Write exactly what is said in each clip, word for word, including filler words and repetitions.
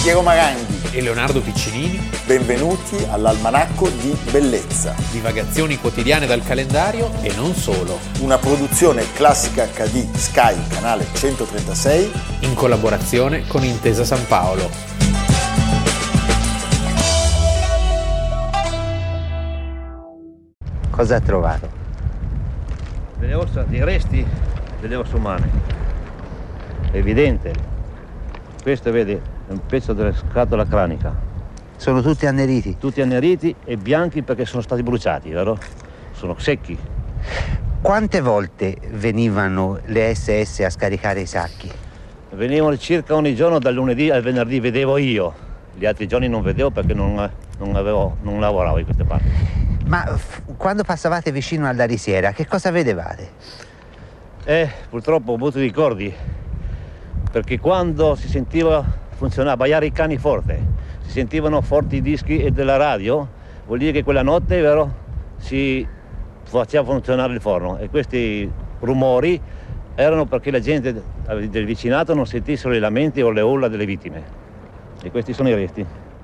Piero Maranghi e Leonardo Piccinini. Benvenuti all'Almanacco di Bellezza. Divagazioni quotidiane dal calendario e non solo. Una produzione Classica acca di Sky, canale centotrentasei. In collaborazione con Intesa San Paolo. Cosa ha trovato? Delle ossa, dei resti delle ossa umane. È evidente. Questo, vedi, è un pezzo della scatola cranica. Sono tutti anneriti? Tutti anneriti e bianchi perché sono stati bruciati, vero? Sono secchi. Quante volte venivano le esse esse a scaricare i sacchi? Venivano circa ogni giorno, dal lunedì al venerdì vedevo io. Gli altri giorni non vedevo perché non, non, avevo, non lavoravo in queste parti. Ma f- quando passavate vicino alla risiera, che cosa vedevate? Eh, purtroppo ho avuto ricordi, perché quando si sentiva funzionare, abbaiare i cani forte, si sentivano forti i dischi della radio, vuol dire che quella notte, vero, si faceva funzionare il forno, e questi rumori erano perché la gente del vicinato non sentissero i lamenti o le urla delle vittime. E questi sono i resti.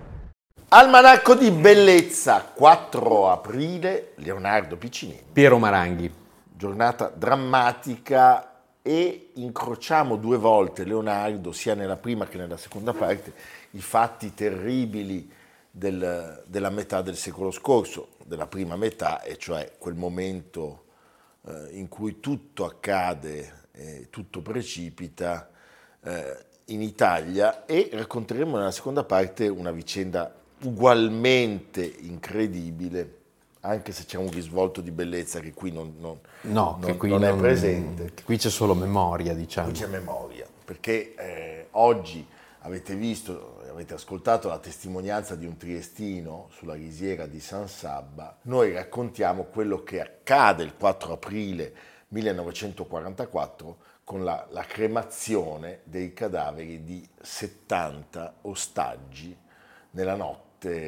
Almanacco di Bellezza, quattro aprile, Leonardo Piccinini. Piero Maranghi. Giornata drammatica e incrociamo due volte, Leonardo, sia nella prima che nella seconda parte, i fatti terribili del, della metà del secolo scorso, della prima metà, e cioè quel momento eh, in cui tutto accade, eh, tutto precipita eh, in Italia, e racconteremo nella seconda parte una vicenda ugualmente incredibile, anche se c'è un risvolto di bellezza che qui non, non, no, non, che qui non non, è presente. Qui c'è solo memoria, diciamo. Qui c'è memoria, perché eh, oggi avete visto, avete ascoltato la testimonianza di un triestino sulla risiera di San Sabba. Noi raccontiamo quello che accade il quattro aprile millenovecentoquarantaquattro con la, la cremazione dei cadaveri di settanta ostaggi nella notte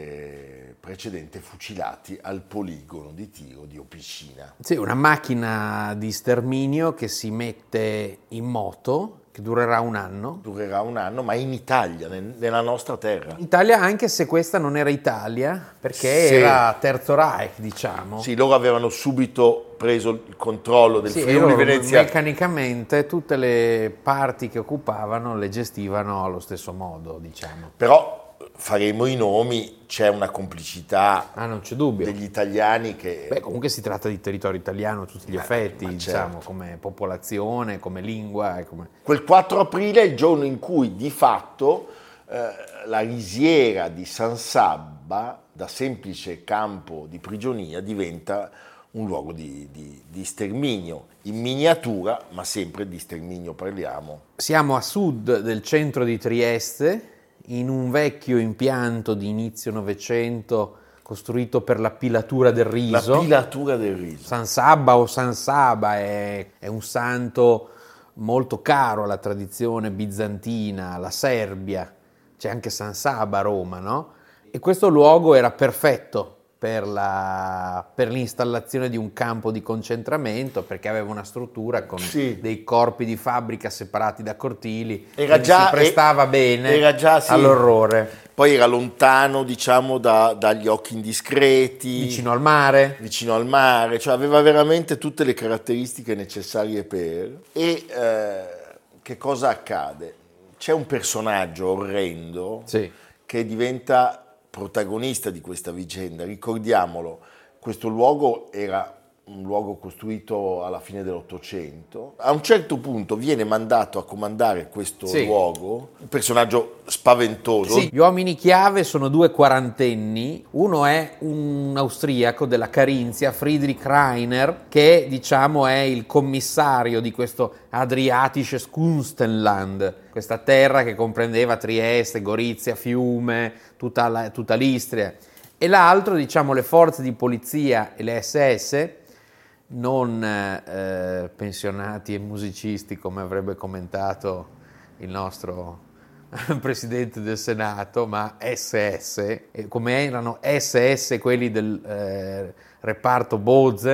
precedente, fucilati al poligono di tiro di Opicina. Sì, una macchina di sterminio che si mette in moto, che durerà un anno. Durerà un anno, ma in Italia, nel, nella nostra terra. In Italia, anche se questa non era Italia, perché sì. era Terzo Reich, diciamo. Sì, loro avevano subito preso il controllo del sì, Friuli Venezia. Meccanicamente tutte le parti che occupavano le gestivano allo stesso modo, diciamo. Però faremo i nomi, c'è una complicità ah, non c'è dubbio. degli italiani che... Beh, comunque si tratta di territorio italiano a tutti gli eh, effetti, diciamo, certo. come popolazione, come lingua. E come... Quel quattro aprile è il giorno in cui di fatto eh, la risiera di San Sabba, da semplice campo di prigionia, diventa un luogo di, di, di sterminio, in miniatura, ma sempre di sterminio parliamo. Siamo a sud del centro di Trieste, in un vecchio impianto di inizio Novecento costruito per la pilatura del riso. La pilatura del riso. San Sabba o San Saba è, è un santo molto caro alla tradizione bizantina, alla Serbia. C'è anche San Saba a Roma, no? E questo luogo era perfetto per, la, per l'installazione di un campo di concentramento, perché aveva una struttura con sì. dei corpi di fabbrica separati da cortili, era già, si prestava bene era già, sì. all'orrore. Poi era lontano, diciamo, da, dagli occhi indiscreti. Vicino al mare. Vicino al mare, cioè aveva veramente tutte le caratteristiche necessarie per... E eh, che cosa accade? C'è un personaggio orrendo sì. che diventa protagonista di questa vicenda. Ricordiamolo, questo luogo era un luogo costruito alla fine dell'Ottocento. A un certo punto viene mandato a comandare questo sì. luogo un personaggio spaventoso. Sì, gli uomini chiave sono due quarantenni. Uno è un austriaco della Carinzia, Friedrich Rainer, che diciamo è il commissario di questo Adriatisches Kunstenland, questa terra che comprendeva Trieste, Gorizia, Fiume, tutta, la, tutta l'Istria. E l'altro, diciamo, le forze di polizia e le esse esse, non eh, pensionati e musicisti come avrebbe commentato il nostro presidente del Senato, ma esse esse, come erano esse esse quelli del eh, reparto Bozen.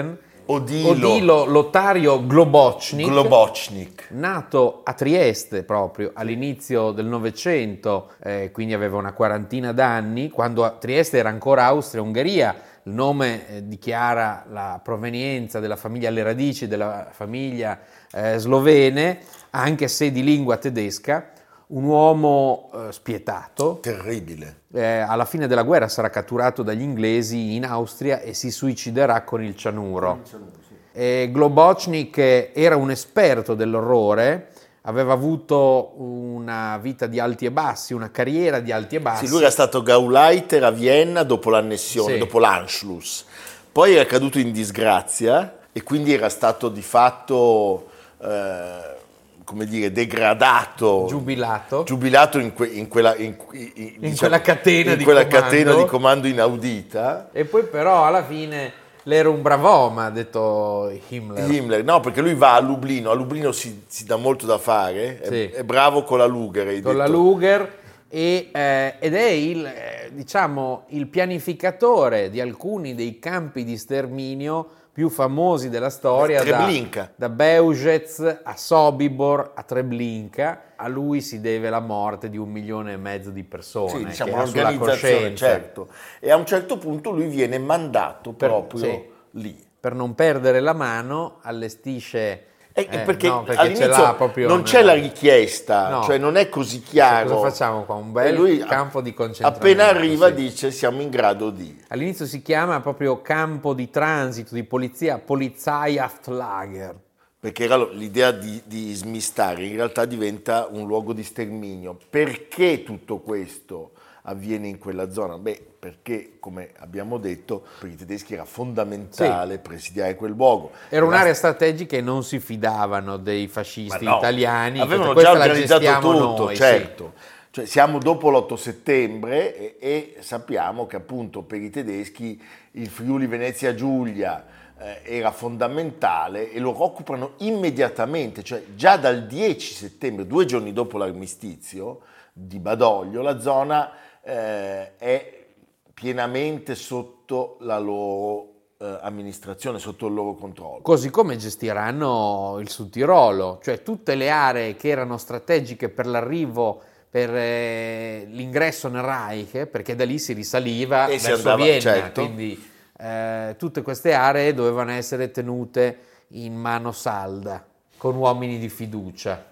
Odilo, Odilo Lotario Globocnik, Globocnik, nato a Trieste proprio all'inizio del Novecento, eh, quindi aveva una quarantina d'anni, quando a Trieste era ancora Austria-Ungheria. Il nome eh, dichiara la provenienza della famiglia, le radici della famiglia eh, slovene, anche se di lingua tedesca. Un uomo eh, spietato. Terribile. Eh, alla fine della guerra sarà catturato dagli inglesi in Austria e si suiciderà con il cianuro. Il cianuro, sì. Eh, Globocnik era un esperto dell'orrore, aveva avuto una vita di alti e bassi, una carriera di alti e bassi. Sì, lui era stato Gauleiter a Vienna dopo l'annessione, Sì. dopo l'Anschluss. Poi era caduto in disgrazia e quindi era stato di fatto... Eh, come dire, degradato, Giubilato. giubilato in, que, in, quella, in, in, In diciamo, quella catena in di quella comando. catena di comando inaudita. E poi però alla fine l'era un bravoma, ha detto Himmler. Himmler, no, perché lui va a Lublino, a Lublino si, si dà molto da fare, è, Sì. è bravo con la Luger. Hai Con detto. la Luger e, eh, ed è il, eh, diciamo, il pianificatore di alcuni dei campi di sterminio più famosi della storia, Treblinka. da, da Beuzetz a Sobibor a Treblinka. A lui si deve la morte di un milione e mezzo di persone, Sì, diciamo che ha sulla un'organizzazione, coscienza. certo. E a un certo punto lui viene mandato Per- proprio sì. lì. Per non perdere la mano allestisce... E- eh, perché, no, perché ce all'inizio l'ha proprio non nella- c'è la richiesta, No. cioè non è così chiaro. Cosa facciamo qua? Un E bel lui, campo di concentramento. appena arriva sì. dice siamo in grado di... All'inizio si chiama proprio campo di transito, di polizia, Polizeihaftlager. Perché era l'idea di, di smistare, in realtà diventa un luogo di sterminio. Perché tutto questo avviene in quella zona? Beh, perché, come abbiamo detto, per i tedeschi era fondamentale presidiare quel luogo. Era La- un'area strategica e non si fidavano dei Ma fascisti no, italiani. avevano questa già la organizzato gestiamo tutto, noi, sì. certo. Cioè, siamo dopo l'otto settembre e, e sappiamo che appunto per i tedeschi il Friuli Venezia Giulia eh, era fondamentale e lo occupano immediatamente, cioè già dal dieci settembre, due giorni dopo l'armistizio di Badoglio, la zona eh, è pienamente sotto la loro eh, amministrazione, sotto il loro controllo. Così come gestiranno il Sud Tirolo, cioè tutte le aree che erano strategiche per l'arrivo, per eh, l'ingresso nel Reich, perché da lì si risaliva E si verso andava- Vienna, certo. quindi eh, tutte queste aree dovevano essere tenute in mano salda, con uomini di fiducia.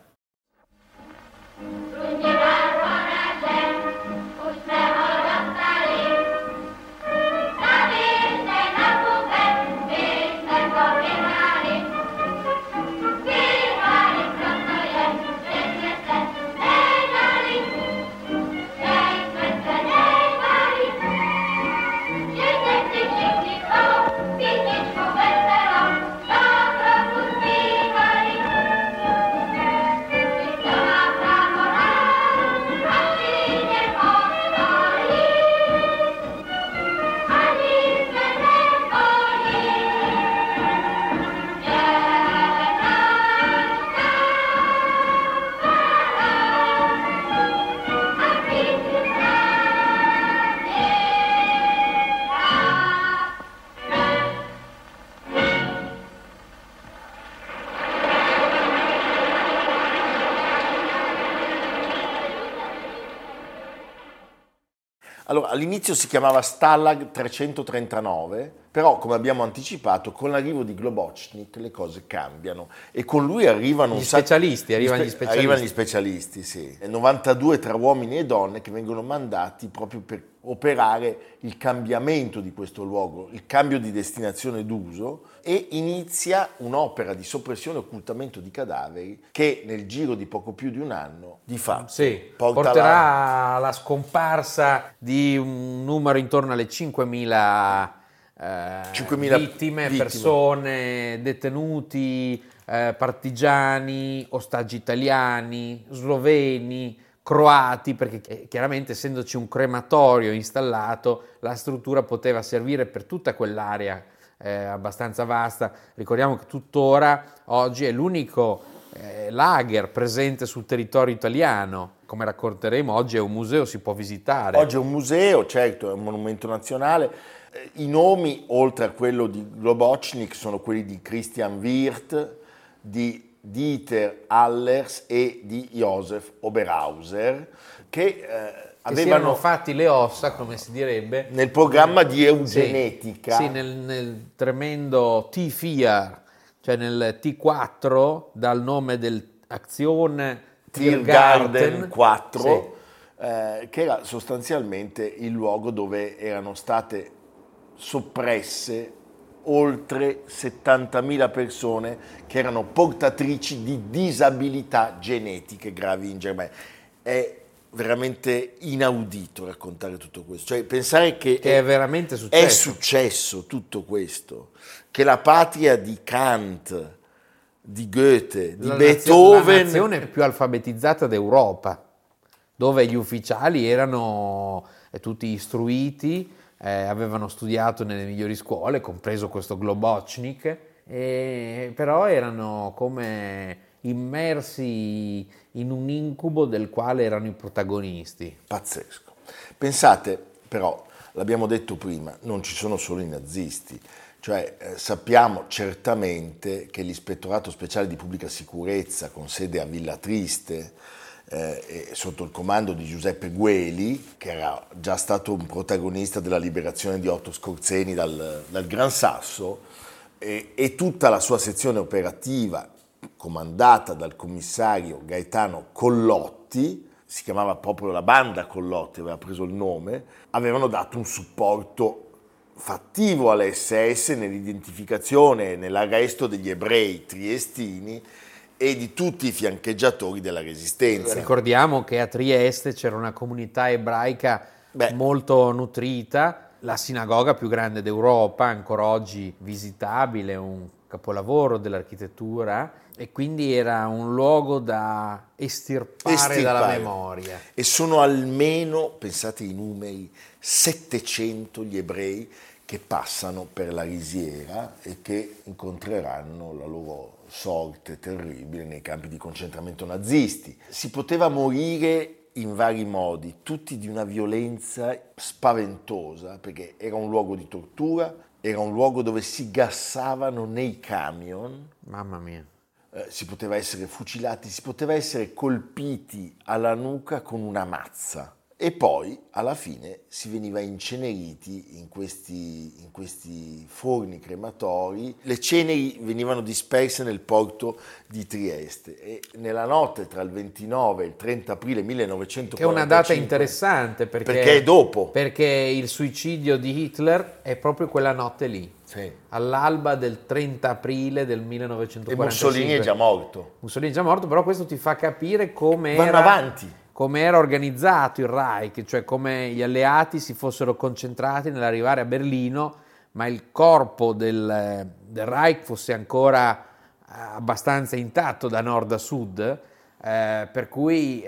Allora, all'inizio si chiamava Stalag trecentotrentanove, però come abbiamo anticipato, con l'arrivo di Globocnik le cose cambiano e con lui arrivano un Gli sacco- specialisti, arrivano spe- gli specialisti. Arrivano gli specialisti, sì. E novantadue tra uomini e donne che vengono mandati proprio per operare il cambiamento di questo luogo, il cambio di destinazione d'uso, e inizia un'opera di soppressione e occultamento di cadaveri che nel giro di poco più di un anno di fatto Sì, porta porterà la- alla scomparsa di un numero intorno alle cinquemila, eh, cinquemila vittime, vittime. persone, detenuti, eh, partigiani, ostaggi italiani, sloveni, croati, perché eh, chiaramente essendoci un crematorio installato, la struttura poteva servire per tutta quell'area eh, abbastanza vasta. Ricordiamo che tuttora oggi è l'unico eh, lager presente sul territorio italiano. Come racconteremo, oggi è un museo, si può visitare. Oggi è un museo, certo, è un monumento nazionale, I nomi, oltre a quello di Globocnik, sono quelli di Christian Wirth, di Dieter Allers e di Josef Oberhauser, che eh, che avevano si erano fatti le ossa, come si direbbe, nel programma di eugenetica. Sì, sì, nel, nel tremendo T vier, cioè nel T quattro, dal nome dell'azione Tiergarten quattro, sì. eh, che era sostanzialmente il luogo dove erano state soppresse oltre settantamila persone che erano portatrici di disabilità genetiche gravi in Germania. È veramente inaudito raccontare tutto questo, cioè pensare che, che è, è veramente successo. È successo tutto questo, che la patria di Kant, di Goethe, di la Beethoven, la nazione più alfabetizzata d'Europa, dove gli ufficiali erano eh, tutti istruiti, eh, avevano studiato nelle migliori scuole, compreso questo Globocnik, e, però erano come immersi in un incubo del quale erano i protagonisti. Pazzesco. Pensate, però, l'abbiamo detto prima, non ci sono solo i nazisti, cioè eh, sappiamo certamente che l'Ispettorato Speciale di Pubblica Sicurezza, con sede a Villa Triste, eh, sotto il comando di Giuseppe Gueli, che era già stato un protagonista della liberazione di Otto Skorzeny dal, dal Gran Sasso, e, e tutta la sua sezione operativa, comandata dal commissario Gaetano Collotti, si chiamava proprio la banda Collotti, aveva preso il nome, avevano dato un supporto fattivo alle esse esse nell'identificazione e nell'arresto degli ebrei triestini e di tutti i fiancheggiatori della resistenza. Ricordiamo che a Trieste c'era una comunità ebraica Beh. molto nutrita, la sinagoga più grande d'Europa, ancora oggi visitabile, un capolavoro dell'architettura, e quindi era un luogo da estirpare, estirpare dalla memoria. E sono almeno, pensate ai numeri, settecento gli ebrei che passano per la Risiera e che incontreranno la loro sorte terribile nei campi di concentramento nazisti. Si poteva morire in vari modi, tutti di una violenza spaventosa, perché era un luogo di tortura, era un luogo dove si gassavano nei camion. Mamma mia. Eh, si poteva essere fucilati, si poteva essere colpiti alla nuca con una mazza. E poi, alla fine, si veniva inceneriti in questi, in questi forni crematori. Le ceneri venivano disperse nel porto di Trieste. E nella notte tra il ventinove e il trenta aprile millenovecentoquarantacinque... Che è una data interessante, perché, perché è dopo. Perché il suicidio di Hitler è proprio quella notte lì. Sì. All'alba del trenta aprile del millenovecentoquarantacinque. E Mussolini è già morto. Mussolini è già morto, però questo ti fa capire come Vanno era... avanti. come era organizzato il Reich, cioè come gli alleati si fossero concentrati nell'arrivare a Berlino, ma il corpo del, del Reich fosse ancora abbastanza intatto da nord a sud, eh, per cui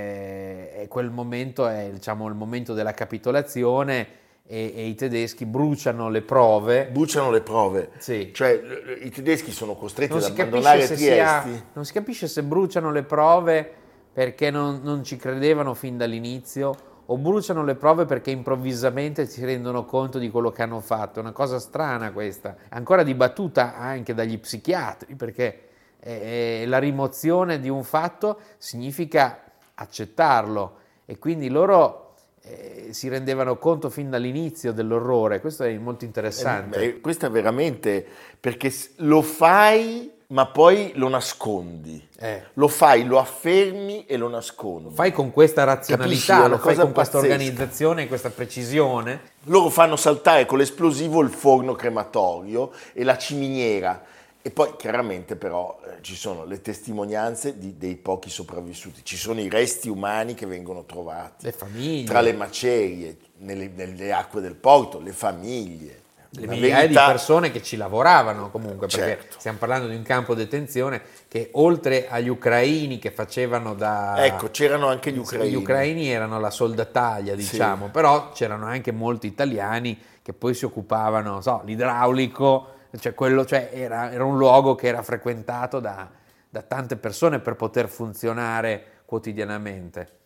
eh, quel momento è, diciamo, il momento della capitolazione e, e i tedeschi bruciano le prove. Bruciano le prove, sì. Cioè i tedeschi sono costretti non ad si abbandonare se Trieste. Sia, non si capisce se bruciano le prove perché non, non ci credevano fin dall'inizio, o bruciano le prove perché improvvisamente si rendono conto di quello che hanno fatto. È una cosa strana questa, ancora dibattuta anche dagli psichiatri, perché eh, la rimozione di un fatto significa accettarlo, e quindi loro eh, si rendevano conto fin dall'inizio dell'orrore. Questo è molto interessante. Eh, questo è veramente, perché lo fai ma poi lo nascondi, eh. lo fai, lo affermi e lo nascondi. Fai con questa razionalità, Capisci? lo fai con pazzesca. questa organizzazione, questa precisione. Loro fanno saltare con l'esplosivo il forno crematorio e la ciminiera, e poi chiaramente però eh, ci sono le testimonianze di, dei pochi sopravvissuti, ci sono i resti umani che vengono trovati, le famiglie, tra le macerie, nelle, nelle acque del porto, le famiglie. Le migliaia verità... di persone che ci lavoravano comunque, perché certo. stiamo parlando di un campo detenzione che, oltre agli ucraini che facevano da... Ecco, c'erano anche gli ucraini. Gli ucraini erano la soldataglia, diciamo, sì. Però c'erano anche molti italiani che poi si occupavano, so, l'idraulico, cioè quello, cioè era, era un luogo che era frequentato da, da tante persone per poter funzionare quotidianamente.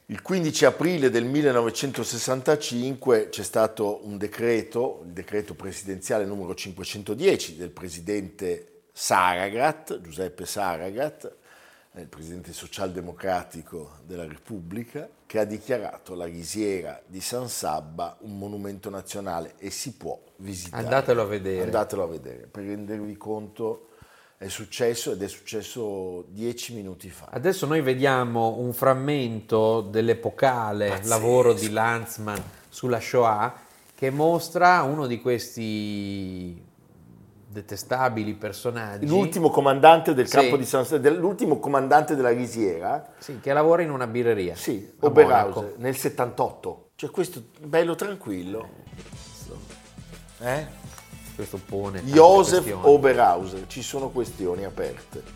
Il quindici aprile del millenovecentosessantacinque c'è stato un decreto, il decreto presidenziale numero cinquecentodieci del presidente Saragat, Giuseppe Saragat, il presidente socialdemocratico della Repubblica, che ha dichiarato la Risiera di San Sabba un monumento nazionale e si può visitare. Andatelo a vedere. Andatelo a vedere, per rendervi conto. È successo ed è successo dieci minuti fa. Adesso noi vediamo un frammento dell'epocale Pazzesco. lavoro di Lanzmann sulla Shoah, che mostra uno di questi detestabili personaggi. L'ultimo comandante del campo Sì. di San Sabba, l'ultimo comandante della Risiera. Sì, che lavora in una birreria. Sì, a Oberhauser, Monaco. nel settantotto. Cioè questo bello tranquillo. Eh? Questo pone tante Joseph questioni. Oberhauser, ci sono questioni aperte.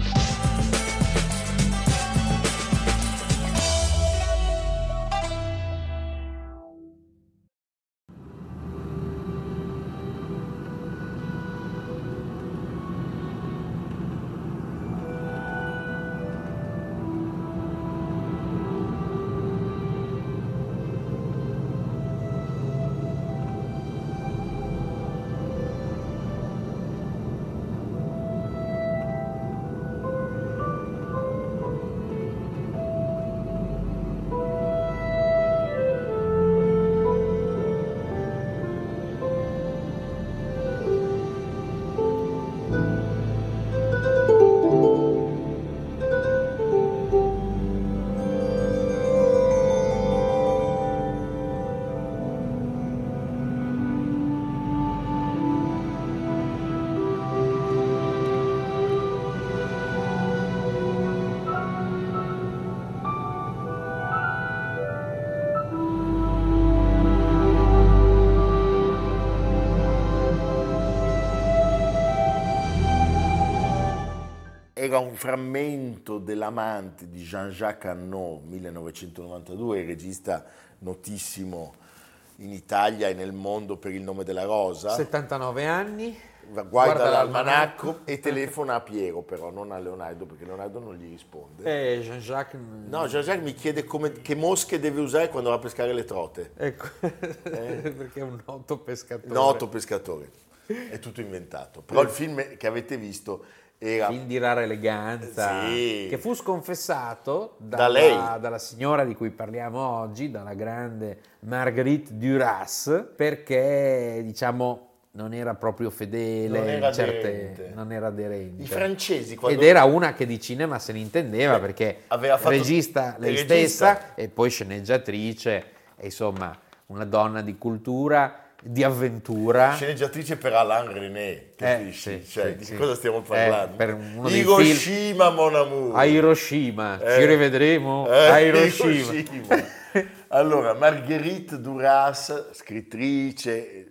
Era un frammento dell'amante di Jean-Jacques Annaud, millenovecentonovantadue, il regista notissimo in Italia e nel mondo per Il nome della rosa. settantanove anni. Guarda, guarda l'almanacco l'almanacco. e telefona a Piero, però non a Leonardo, perché Leonardo non gli risponde. Eh, Jean-Jacques... No, Jean-Jacques mi chiede come, che mosche deve usare quando va a pescare le trote. Ecco, perché è un noto pescatore. Noto pescatore. È tutto inventato. Però il film che avete visto era... Film di rara eleganza, Sì. che fu sconfessato Da dalla, lei. dalla signora di cui parliamo oggi, dalla grande Marguerite Duras, perché diciamo non era proprio fedele, Non era in certe- aderente. non era aderente. I francesi quando... Ed era una che di cinema se ne intendeva, perché aveva fatto- regista lei regista. stessa e poi sceneggiatrice, e insomma una donna di cultura, di avventura. Sceneggiatrice per Alain René, capisci? Eh, sì, cioè, sì, di sì. cosa stiamo Eh, parlando? per uno dei Hiroshima, mon amour. A Hiroshima, Eh. ci rivedremo Eh, a Hiroshima. Hiroshima. Allora, Marguerite Duras, scrittrice,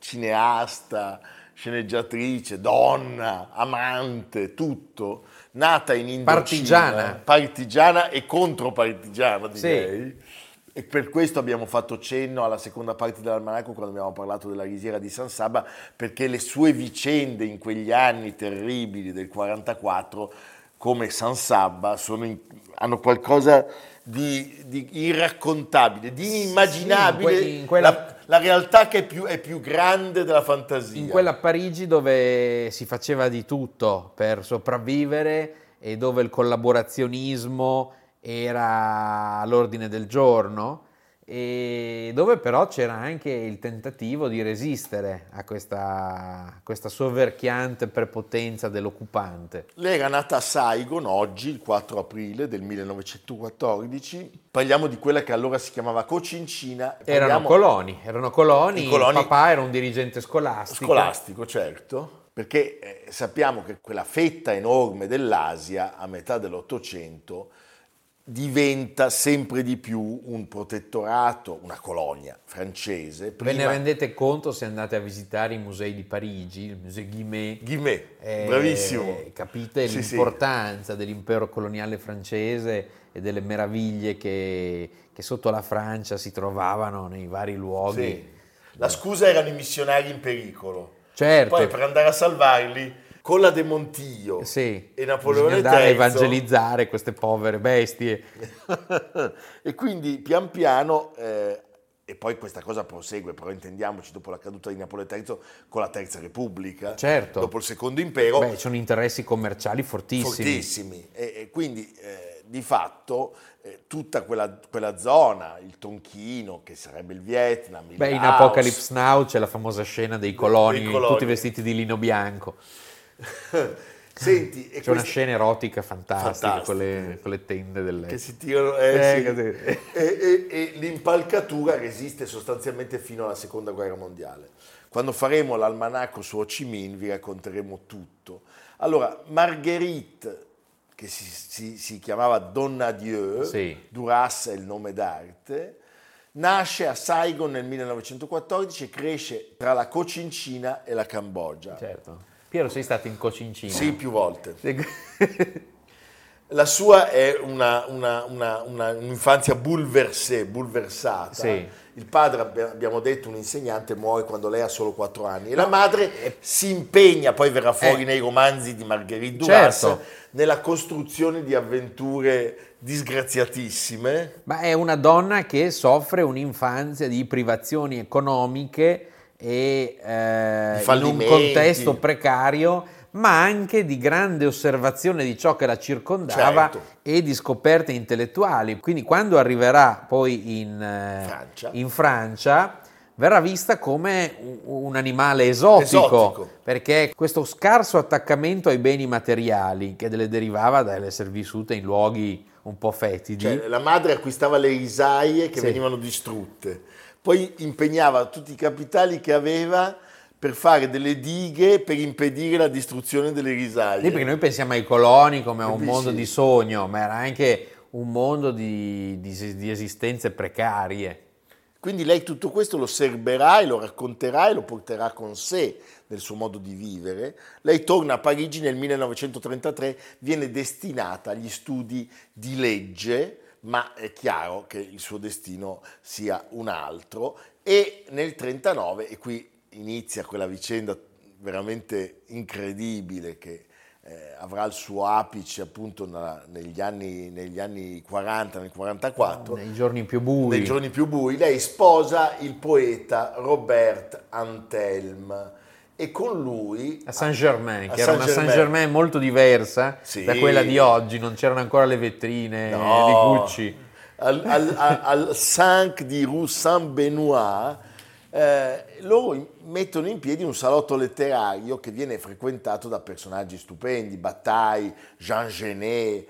cineasta, sceneggiatrice, donna, amante, tutto, nata in Indocina, Partigiana. partigiana e contropartigiana, Sì. direi. E per questo abbiamo fatto cenno alla seconda parte dell'almanacco quando abbiamo parlato della Risiera di San Sabba, perché le sue vicende in quegli anni terribili del quarantaquattro, come San Sabba, sono in- hanno qualcosa di, di irraccontabile, di inimmaginabile, Sì, in que- in quella- la, la realtà che è più, è più grande della fantasia. In quella Parigi dove si faceva di tutto per sopravvivere e dove il collaborazionismo era all'ordine del giorno, e dove però c'era anche il tentativo di resistere a questa, questa soverchiante prepotenza dell'occupante. Lei era nata a Saigon oggi, il quattro aprile del millenovecentoquattordici. Parliamo di quella che allora si chiamava Cocincina. Erano Parliamo- coloni, erano coloni, I coloni- il papà era un dirigente scolastico. Scolastico, certo, perché eh, sappiamo che quella fetta enorme dell'Asia a metà dell'Ottocento diventa sempre di più un protettorato, una colonia francese. Ve ne Prima- rendete conto se andate a visitare i musei di Parigi, il Musée Guimet? Guimet, Eh, bravissimo. Capite Sì, sì. l'importanza dell'impero coloniale francese e delle meraviglie che, che sotto la Francia si trovavano nei vari luoghi. Sì. La scusa erano i missionari in pericolo. Certo. Poi per andare a salvarli con la De Montillo Sì, e Napoleone bisogna andare a terzo. evangelizzare queste povere bestie. E quindi pian piano, eh, e poi questa cosa prosegue, però intendiamoci, dopo la caduta di Napoleone terzo con la Terza Repubblica, Certo. dopo il Secondo Impero, Beh, sono interessi commerciali fortissimi. fortissimi. E, e quindi eh, di fatto eh, tutta quella, quella zona, il Tonchino, che sarebbe il Vietnam, il Beh, in Laos, Apocalypse Now c'è la famosa scena dei coloni, dei coloni. tutti vestiti di lino bianco. Senti, e C'è una questa- scena erotica fantastica, Fantastica. con le, con le tende del che letto. si tirano, eh, Eh, sì. così. e, e- e l'impalcatura resiste sostanzialmente fino alla Seconda Guerra Mondiale. Quando faremo l'almanacco su Ho Chi Minh vi racconteremo tutto. Allora, Marguerite, che si, si- si chiamava Donna Dieu, Sì. Duras è il nome d'arte, nasce a Saigon nel millenovecentoquattordici e cresce tra la Cocincina e la Cambogia. Certo. Piero, sei stato in Cocincina? Sì, più volte. Sì. La sua è una, una- una- una- un'infanzia bouleversée, bulversata. Sì. Il padre, abbi- abbiamo detto, un insegnante, muore quando lei ha solo quattro anni. E la madre si impegna, poi verrà fuori Eh. nei romanzi di Marguerite Duras, Certo. nella costruzione di avventure disgraziatissime. Ma è una donna che soffre un'infanzia di privazioni economiche e eh, in un fallimenti. contesto precario, ma anche di grande osservazione di ciò che la circondava Certo. e di scoperte intellettuali. Quindi quando arriverà poi in, eh, Francia. in Francia, verrà vista come un, un animale esotico, Esotico. perché questo scarso attaccamento ai beni materiali che le derivava dall'essere vissute in luoghi un po' fetidi. Cioè, la madre acquistava le risaie che Sì. venivano distrutte, poi impegnava tutti i capitali che aveva per fare delle dighe per impedire la distruzione delle risaie. Sì, perché noi pensiamo ai coloni come a un Capisci? mondo di sogno, ma era anche un mondo di, di- di esistenze precarie. Quindi lei tutto questo lo serberà e lo racconterà e lo porterà con sé nel suo modo di vivere. Lei torna a Parigi nel millenovecentotrentatré, viene destinata agli studi di legge, ma è chiaro che il suo destino sia un altro, e nel trentanove, e qui inizia quella vicenda veramente incredibile che eh, avrà il suo apice appunto na- negli, anni, negli anni quaranta, nel quarantaquattro, Nei giorni più bui. nei giorni più bui, lei sposa il poeta Robert Antelme e con lui A Saint-Germain, a che era una Saint-Germain. Saint-Germain molto diversa Sì. da quella di oggi, non c'erano ancora le vetrine No. di Gucci. al, al, al, al cinque di Rue Saint-Benoît, eh, loro mettono in piedi un salotto letterario che viene frequentato da personaggi stupendi, Bataille, Jean Genet,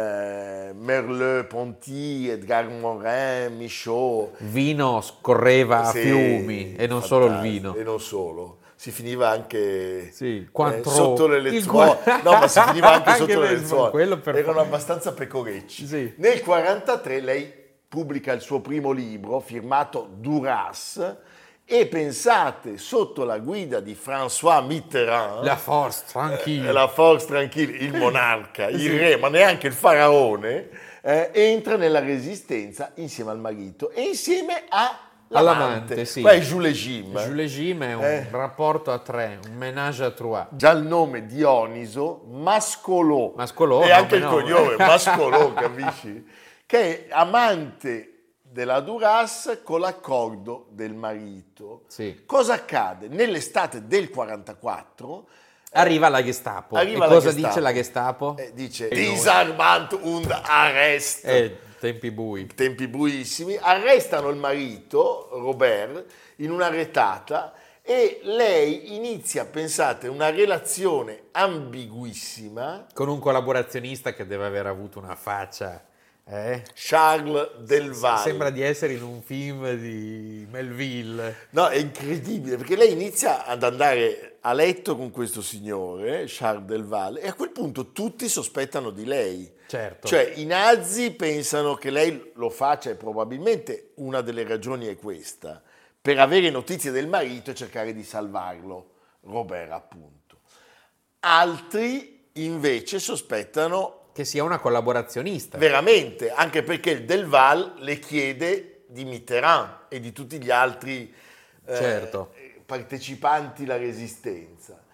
eh, Merleau-Ponty, Edgar Morin, Michaud. Il vino scorreva a Sì, fiumi e non solo il fantastico. vino. E non solo. Si finiva anche Sì, eh, quattro- sotto le il lenzuola. qua- No, ma si finiva anche, Anche sotto le le- lenzuola. quello per Erano favore. abbastanza pecorecci. Sì. Nel quarantatré lei pubblica il suo primo libro firmato Duras e pensate, sotto la guida di François Mitterrand, La force, tranquille. eh, la Force Tranquille, il monarca, il re, ma neanche il faraone, eh, entra nella resistenza insieme al marito e insieme a All'amante, l'amante. sì. Qua è Jules Legime. Jules Legime è un Eh. rapporto a tre, un ménage à trois. Già il nome Dioniso, Mascolò, Mascolò, e no, anche ma il no. cognome, Mascolò, capisci? Che è amante della Duras con l'accordo del marito. Sì. Cosa accade? Nell'estate del quarantaquattro Arriva la Gestapo. arriva e la cosa Gestapo. dice la Gestapo? Eh, dice E noi- Disarmant und Arrest. Eh, tempi bui. Tempi buissimi, arrestano il marito, Robert, in una retata e lei inizia, pensate, una relazione ambiguissima, Con un collaborazionista che deve aver avuto una faccia. Eh? Charles Delval. Sembra di essere in un film di Melville. No, è incredibile, perché lei inizia ad andare a letto con questo signore, Charles Delval, e a quel punto tutti sospettano di lei. Certo. Cioè, i nazi pensano che lei lo faccia e probabilmente una delle ragioni è questa, per avere notizie del marito e cercare di salvarlo, Robert appunto. Altri invece sospettano Che sia una collaborazionista. veramente, anche perché il Delval le chiede di Mitterrand e di tutti gli altri eh, Certo. partecipanti alla resistenza.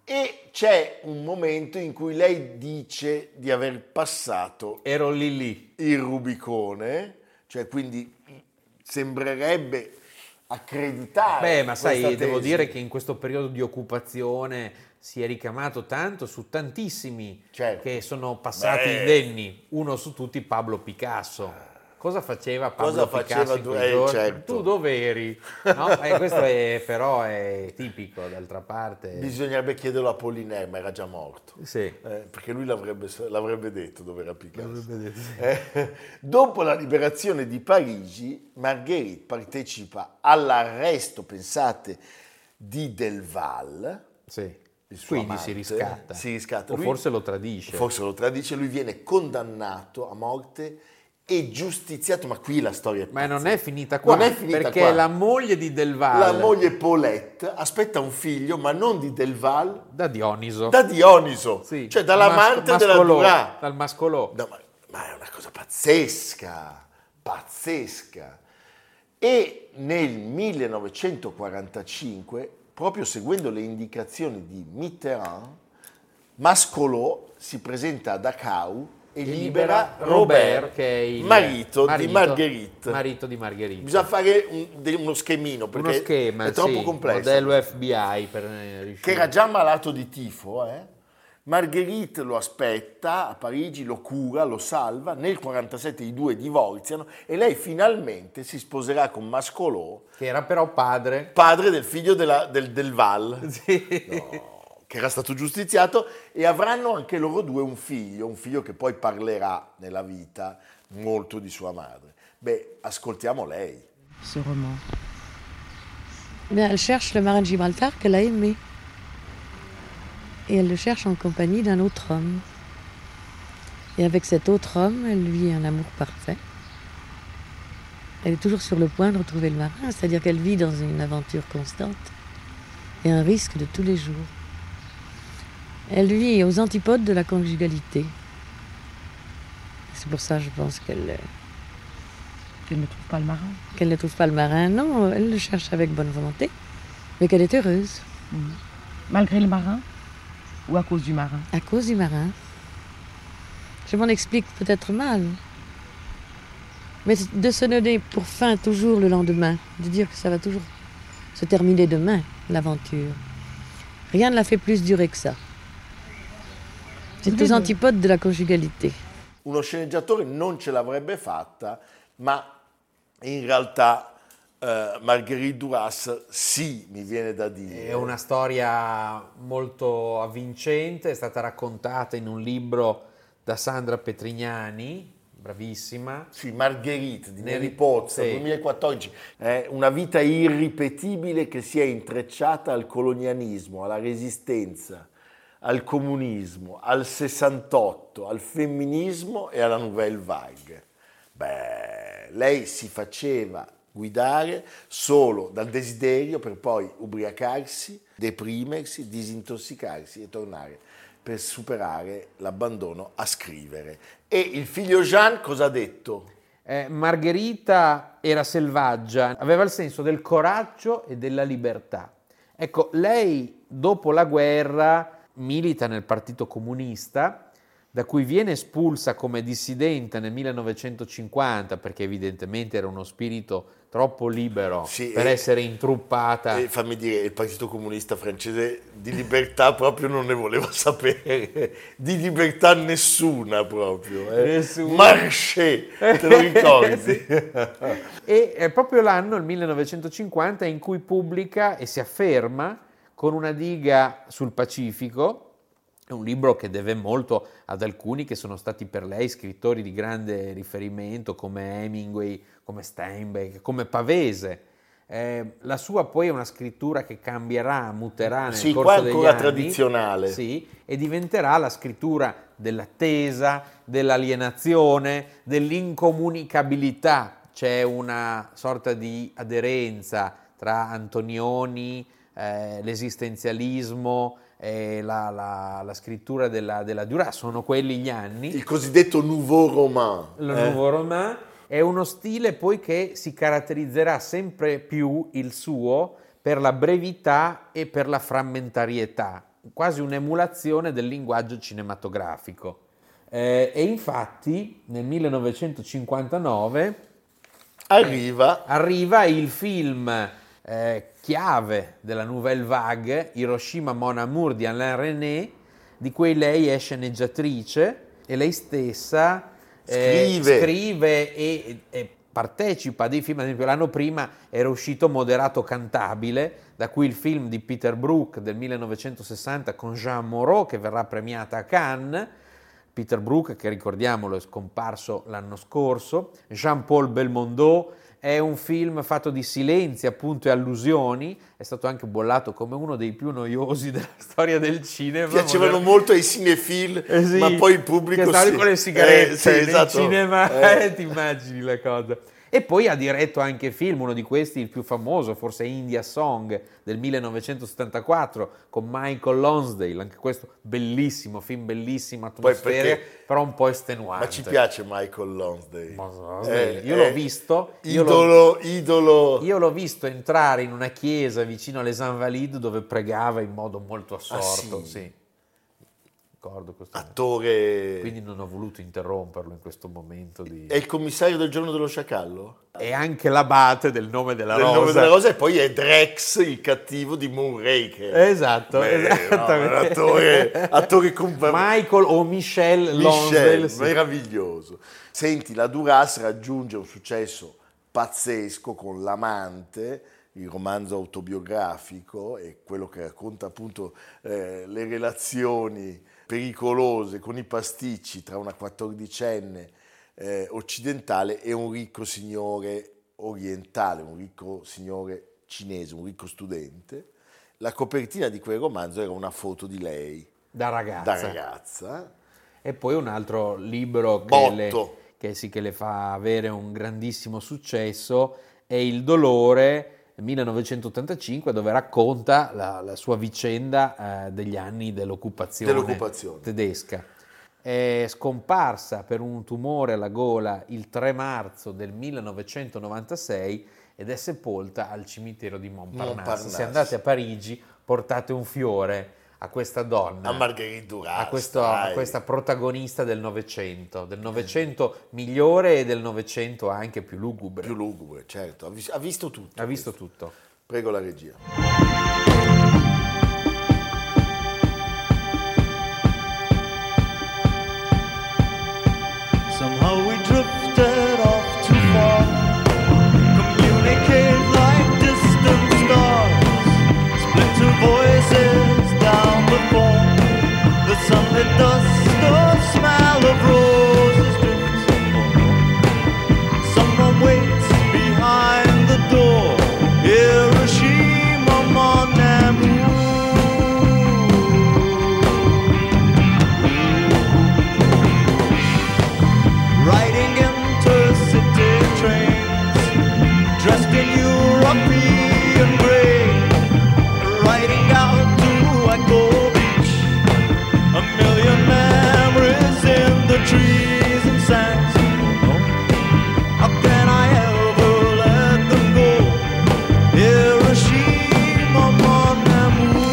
E c'è un momento in cui lei dice di aver passato Ero lì lì. il Rubicone, cioè quindi sembrerebbe accreditare. Beh, ma sai, questa devo tesi. dire che in questo periodo di occupazione si è ricamato tanto su tantissimi Certo. che sono passati Beh. indenni, uno su tutti Pablo Picasso. Cosa faceva Pablo Cosa Picasso faceva in tu- quei eh, giorni? certo. Tu dove eri? No? E questo è, però è tipico, d'altra parte. Bisognerebbe chiederlo a Apollinaire, ma era già morto. Sì. Eh, perché lui l'avrebbe, l'avrebbe detto dove era Picasso. Eh, dopo la liberazione di Parigi, Marguerite partecipa all'arresto, pensate, di Delval. Sì. Il suo Quindi si amante. riscatta. Si riscatta. O Lui- forse lo tradisce. Forse lo tradisce, lui viene condannato a morte e giustiziato, ma qui la storia è Ma non pazzesca. è finita qua, Non è finita perché qua. la moglie di Delval, La moglie Paulette aspetta un figlio, ma non di Delval, da Dioniso, da Dioniso, Sì. cioè dall'amante Mas- della Mascolò, Duras. dal Mascolò. No, ma, ma è una cosa pazzesca, pazzesca. E nel millenovecentoquarantacinque, proprio seguendo le indicazioni di Mitterrand, Mascolò si presenta a Dachau e libera Robert, che è il marito, di Marguerite. Marito di Marguerite. Bisogna fare un- de- uno schemino perché Uno schema, è troppo sì, complesso. modello F B I per eh, riuscire. Che era già malato di tifo, eh? Marguerite lo aspetta a Parigi, lo cura, lo salva. Nel quarantasette i due divorziano e lei finalmente si sposerà con Mascolò, Che era però padre. padre del figlio della- del, del Val, Sì. no, che era stato giustiziato, e avranno anche loro due un figlio, un figlio che poi parlerà nella vita molto di sua madre. Beh, ascoltiamo lei. ce roman? Bien, elle cherche le marin de Gibraltar qu'elle a aimé. Et elle le cherche en compagnie d'un autre homme. Et avec cet autre homme, elle vit un amour parfait. Elle est toujours sur le point de retrouver le marin, c'est-à-dire qu'elle vit dans une aventure constante et un risque de tous les jours. Elle vit aux antipodes de la conjugalité. C'est pour ça, je pense, qu'elle euh, Qu'elle ne trouve pas le marin. qu'elle ne trouve pas le marin. Non, elle le cherche avec bonne volonté, mais qu'elle est heureuse. Malgré le marin ou à cause du marin? À cause du marin. Je m'en explique peut-être mal. Mais de se donner pour fin toujours le lendemain, de dire que ça va toujours se terminer demain, l'aventure. Rien ne la fait plus durer que ça. C'est aux antipodes de la conjugalité. Uno sceneggiatore non ce l'avrebbe fatta, ma in realtà eh, Marguerite Duras sì, mi viene da dire. È una storia molto avvincente, è stata raccontata in un libro da Sandra Petrignani, bravissima. Sì, Marguerite di Neri- Neri Pozza, sì. duemilaquattordici. È una vita irripetibile che si è intrecciata al colonialismo, alla resistenza, al comunismo, al sessantotto, al femminismo e alla Nouvelle Vague. Beh, lei si faceva guidare solo dal desiderio per poi ubriacarsi, deprimersi, disintossicarsi e tornare per superare l'abbandono a scrivere. E il figlio Jean cosa ha detto? Eh, Margherita era selvaggia, aveva il senso del coraggio e della libertà. Ecco, lei dopo la guerra milita nel Partito Comunista, da cui viene espulsa come dissidente nel millenovecentocinquanta, perché evidentemente era uno spirito troppo libero Sì, per e- essere intruppata. E fammi dire, il Partito Comunista francese di libertà proprio non ne voleva sapere, di libertà nessuna proprio. Eh. Nessuna. Marché, te lo ricordi? E è proprio l'anno, il millenovecentocinquanta, in cui pubblica e si afferma con una diga sul Pacifico. È un libro che deve molto ad alcuni che sono stati per lei scrittori di grande riferimento, come Hemingway, come Steinbeck, come Pavese. Eh, la sua poi è una scrittura che cambierà, muterà nel Sì, corso qua degli ancora anni. tradizionale. Sì, e diventerà la scrittura dell'attesa, dell'alienazione, dell'incomunicabilità. C'è una sorta di aderenza tra Antonioni, eh, l'esistenzialismo e la, la, la scrittura della, della Duras. Sono quelli gli anni. Il cosiddetto nouveau roman. Il eh. Nouveau Roman è uno stile poi che si caratterizzerà sempre più il suo per la brevità e per la frammentarietà. quasi un'emulazione del linguaggio cinematografico. Eh, e infatti nel millenovecentocinquantanove Arriva. arriva il film eh, chiave della Nouvelle Vague, Hiroshima Mon Amour di Alain Resnais, di cui lei è sceneggiatrice e lei stessa eh, Scrive. scrive e, e partecipa a dei film. Ad esempio l'anno prima era uscito Moderato Cantabile, da cui il film di Peter Brook del millenovecentosessanta con Jean Moreau, che verrà premiata a Cannes. Peter Brook, che ricordiamolo è scomparso l'anno scorso. Jean-Paul Belmondo. È un film fatto di silenzi, appunto, e allusioni. È stato anche bollato come uno dei più noiosi della storia del cinema. Piacevano molto ai cinefil, eh sì, ma poi il pubblico che stavano si... con le sigarette eh, sì, nel esatto. cinema, Eh. eh, ti immagini la cosa. E poi ha diretto anche film, uno di questi il più famoso, forse India Song del millenovecentosettantaquato con Michael Lonsdale, anche questo bellissimo film, bellissima atmosfera, perché- però un po' estenuante. Ma ci piace Michael Lonsdale. Ma so, Eh, io eh, l'ho visto, io l'ho- Idolo, idolo. Io l'ho visto entrare in una chiesa vicino alle Invalides dove pregava in modo molto assorto. Ah, sì? sì. Ricordo questo. Attore. Quindi non ho voluto interromperlo in questo momento di... È il commissario del giorno dello sciacallo? E anche l'abate del nome della Del rosa. nome della rosa, e poi è Drex, il cattivo di Moonraker. Esatto, Beh, esattamente. no, un attore, attore con... Michael o Michel Lonsdale. Michel, sì. meraviglioso. Senti, la Duras raggiunge un successo pazzesco con L'amante, il romanzo autobiografico, e quello che racconta appunto eh, le relazioni pericolose con i pasticci tra una quattordicenne eh, occidentale e un ricco signore orientale, un ricco signore cinese, un ricco studente. La copertina di quel romanzo era una foto di lei Da ragazza. da ragazza. E poi un altro libro che le, Botto. che sì, che le fa avere un grandissimo successo è Il dolore, millenovecentottantacinque, dove racconta la, la sua vicenda eh, degli anni dell'occupazione, Dell'occupazione. tedesca. È scomparsa per un tumore alla gola il tre marzo del millenovecentonovantasei ed è sepolta al cimitero di Montparnasse. Montparnasse. Se andate a Parigi, portate un fiore a questa donna, A Marguerite Duras. a, questo- a dai. questa protagonista del Novecento, del Novecento migliore e del Novecento anche più lugubre. Più lugubre, certo. Ha, vis- ha visto tutto. Ha visto questo. tutto. Prego la regia. Somehow we drifted off too far. Communicate like distant stars. Splinter voices down the phone. The sunlit dust of smell of roses drifts. Oh no. Someone waits behind the door. Hiroshima, Mon Amour. Riding intercity trains, dressed in European grey, riding out to Echo Beach. A million memories in the trees and sands. Oh no, how can I ever let them go? Hiroshima, Mon Amour.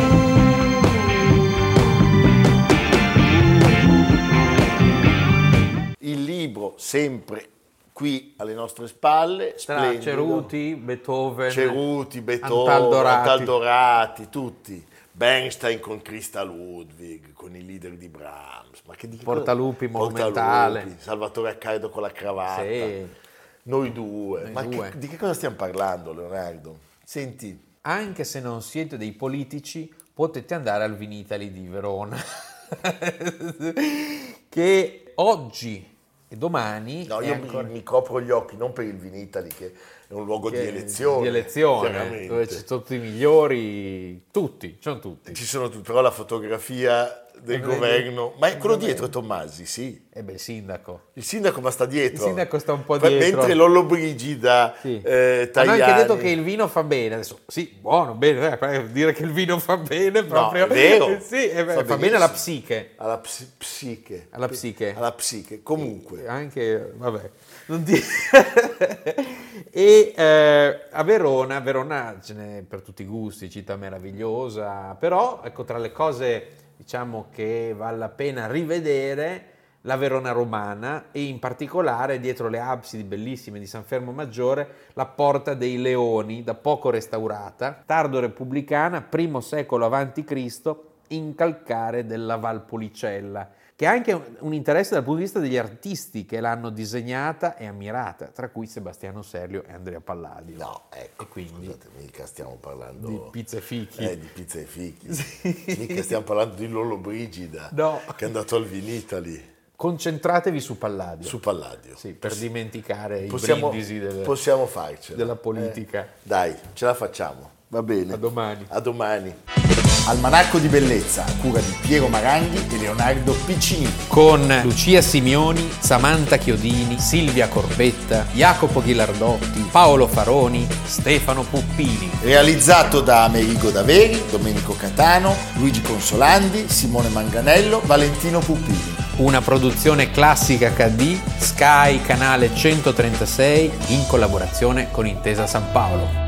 Il libro sempre qui alle nostre spalle, Tra splendido. Ceruti, Beethoven, Ceruti, Beethoven, Antaldorati. Antaldorati, tutti. Bernstein con Christa Ludwig, con i leader di Brahms. Ma che di che Portalupi cosa- monumentale. Portalupi, Salvatore Accardo con la cravatta. Sì. Noi due. Noi Ma due. che- di che cosa stiamo parlando, Leonardo? Senti, Anche se non siete dei politici, potete andare al Vinitaly di Verona, che oggi e domani no, è io ancora- mi, mi copro gli occhi, non per il Vinitaly, che è un luogo che- di elezione. di elezione, chiaramente. dove ci sono tutti i migliori, tutti, ci sono tutti. Ci sono tutti, però la fotografia del Eh, governo, ma è il quello governo. dietro Tommasi, sì. E beh, il sindaco. Il sindaco ma sta dietro. Il sindaco sta un po' Poi dietro. Mentre Lollobrigida, Sì. eh, Hanno Tajani... anche detto che il vino fa bene. Adesso, sì, buono, bene, eh, dire che il vino fa bene proprio. è vero. Sì, eh, beh, Fa fa bene alla benissimo. psiche. Alla psi- psiche. Alla psiche. Alla psiche. Comunque, Anche, vabbè, non ti... E eh, a Verona, Verona ce n'è per tutti i gusti, città meravigliosa, però ecco, tra le cose diciamo che vale la pena rivedere la Verona romana e in particolare dietro le absidi bellissime di San Fermo Maggiore la Porta dei Leoni, da poco restaurata, tardo repubblicana, primo secolo avanti Cristo, in calcare della Valpolicella, che ha anche un interesse dal punto di vista degli artisti che l'hanno disegnata e ammirata, tra cui Sebastiano Serlio e Andrea Palladio. No, ecco, e quindi scusate, mica stiamo parlando di pizza e fichi. Eh, di pizza e fichi. Sì. Mica stiamo parlando di Lollobrigida, No. che è andato al Vinitaly. Concentratevi su Palladio. Su Palladio. Sì, per dimenticare possiamo, i brindisi del, possiamo farcela. della politica. Eh, dai, ce la facciamo. Va bene. A domani. A domani. Almanacco di bellezza, a cura di Piero Maranghi e Leonardo Piccini. Con Lucia Simioni, Samantha Chiodini, Silvia Corbetta, Jacopo Ghilardotti, Paolo Faroni, Stefano Puppini. Realizzato da Amerigo Daveri, Domenico Catano, Luigi Consolandi, Simone Manganello, Valentino Puppini. Una produzione Classica acca di, Sky canale centotrentasei, in collaborazione con Intesa San Paolo.